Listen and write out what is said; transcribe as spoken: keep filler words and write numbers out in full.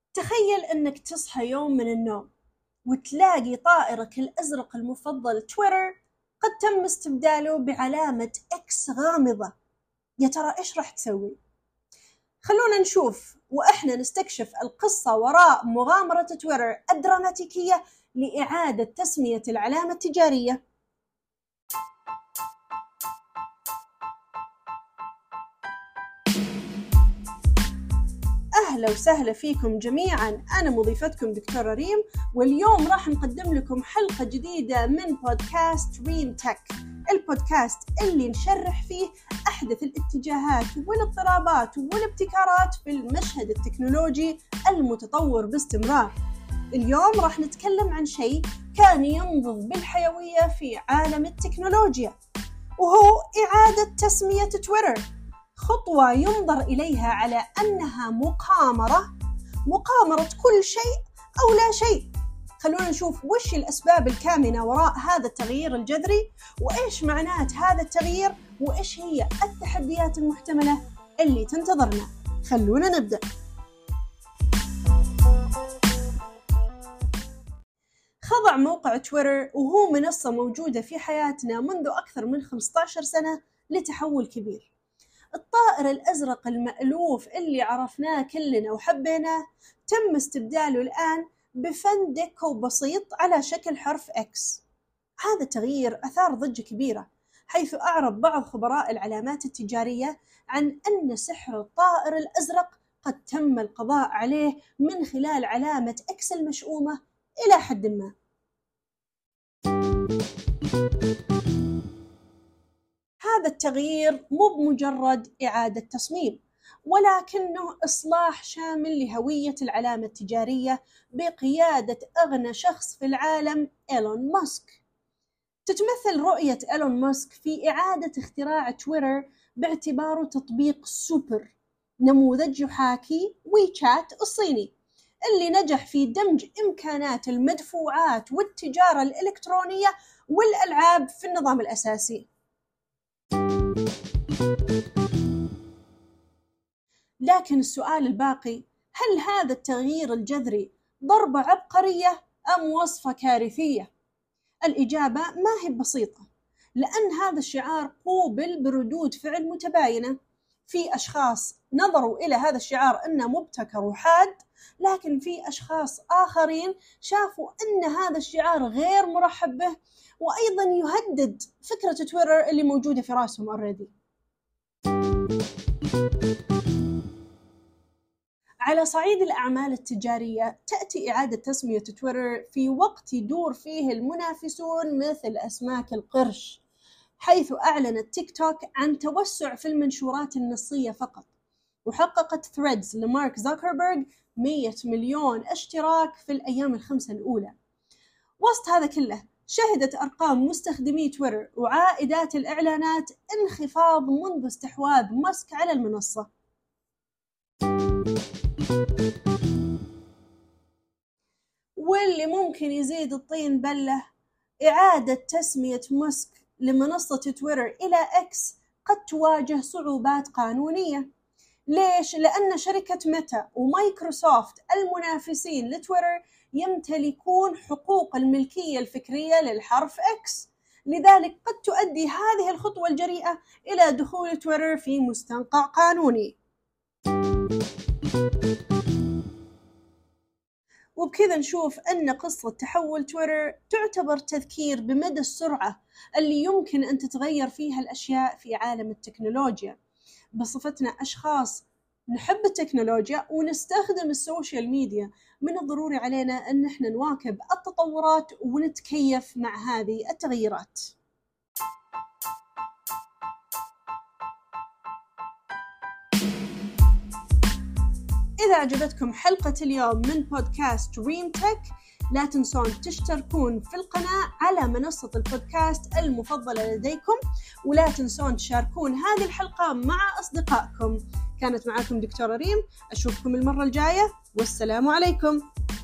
تخيل أنك تصحى يوم من النوم وتلاقي طائرك الأزرق المفضل تويتر قد تم استبداله بعلامة إكس غامضة. يا ترى إيش راح تسوي؟ خلونا نشوف وإحنا نستكشف القصة وراء مغامرة تويتر الدراماتيكية لإعادة تسمية العلامة التجارية. أهلا وسهلا فيكم جميعا، أنا مضيفتكم دكتورة ريم، واليوم راح نقدم لكم حلقة جديدة من بودكاست ريم تك، البودكاست اللي نشرح فيه أحدث الاتجاهات والاضطرابات والابتكارات في المشهد التكنولوجي المتطور باستمرار. اليوم راح نتكلم عن شيء كان ينبض بالحيوية في عالم التكنولوجيا، وهو إعادة تسمية تويتر، خطوة ينظر إليها على أنها مقامرة مقامرة كل شيء أو لا شيء. خلونا نشوف وش الأسباب الكامنة وراء هذا التغيير الجذري، وإيش معنات هذا التغيير، وإيش هي التحديات المحتملة اللي تنتظرنا. خلونا نبدأ. خضع موقع تويتر، وهو منصة موجودة في حياتنا منذ أكثر من خمسة عشر سنة، لتحول كبير. الطائر الأزرق المألوف اللي عرفناه كلنا وحبيناه تم استبداله الآن بفن ديكو بسيط على شكل حرف إكس. هذا التغيير أثار ضجة كبيرة، حيث أعرب بعض خبراء العلامات التجارية عن أن سحر الطائر الأزرق قد تم القضاء عليه من خلال علامة إكس المشؤومة إلى حد ما. هذا التغيير مو بمجرد إعادة تصميم، ولكنه إصلاح شامل لهوية العلامة التجارية بقيادة أغنى شخص في العالم إيلون ماسك. تتمثل رؤية إيلون ماسك في إعادة اختراع تويتر باعتباره تطبيق سوبر، نموذج يحاكي ويتشات الصيني اللي نجح في دمج إمكانات المدفوعات والتجارة الإلكترونية والألعاب في النظام الأساسي. لكن السؤال الباقي، هل هذا التغيير الجذري ضربة عبقرية أم وصفة كارثية؟ الإجابة ما هي بسيطة، لأن هذا الشعار قوبل بردود فعل متباينة. في أشخاص نظروا إلى هذا الشعار أنه مبتكر وحاد، لكن في أشخاص آخرين شافوا أن هذا الشعار غير مرحب به، وأيضا يهدد فكرة تويتر اللي موجودة في رأسهم already. على صعيد الأعمال التجارية، تأتي إعادة تسمية تويتر في وقت يدور فيه المنافسون مثل أسماك القرش، حيث أعلنت تيك توك عن توسع في المنشورات النصية فقط، وحققت ثريدز لمارك زوكربيرغ مية مليون اشتراك في الأيام الخمسة الأولى. وسط هذا كله، شهدت أرقام مستخدمي تويتر وعائدات الإعلانات انخفاض منذ استحواذ ماسك على المنصة. واللي ممكن يزيد الطين بلة، إعادة تسمية ماسك لمنصة تويتر إلى إكس قد تواجه صعوبات قانونية. ليش؟ لأن شركة ميتا ومايكروسوفت المنافسين لتويتر يمتلكون حقوق الملكية الفكرية للحرف إكس، لذلك قد تؤدي هذه الخطوة الجريئة إلى دخول تويتر في مستنقع قانوني. وبكذا نشوف أن قصة تحول تويتر تعتبر تذكير بمدى السرعة اللي يمكن أن تتغير فيها الأشياء في عالم التكنولوجيا. بصفتنا أشخاص نحب التكنولوجيا ونستخدم السوشيال ميديا، من الضروري علينا أن نحن نواكب التطورات ونتكيف مع هذه التغييرات. إذا عجبتكم حلقة اليوم من بودكاست ريم تك، لا تنسون تشتركون في القناة على منصة البودكاست المفضلة لديكم، ولا تنسون تشاركون هذه الحلقة مع أصدقائكم. كانت معكم دكتورة ريم، أشوفكم المرة الجاية، والسلام عليكم.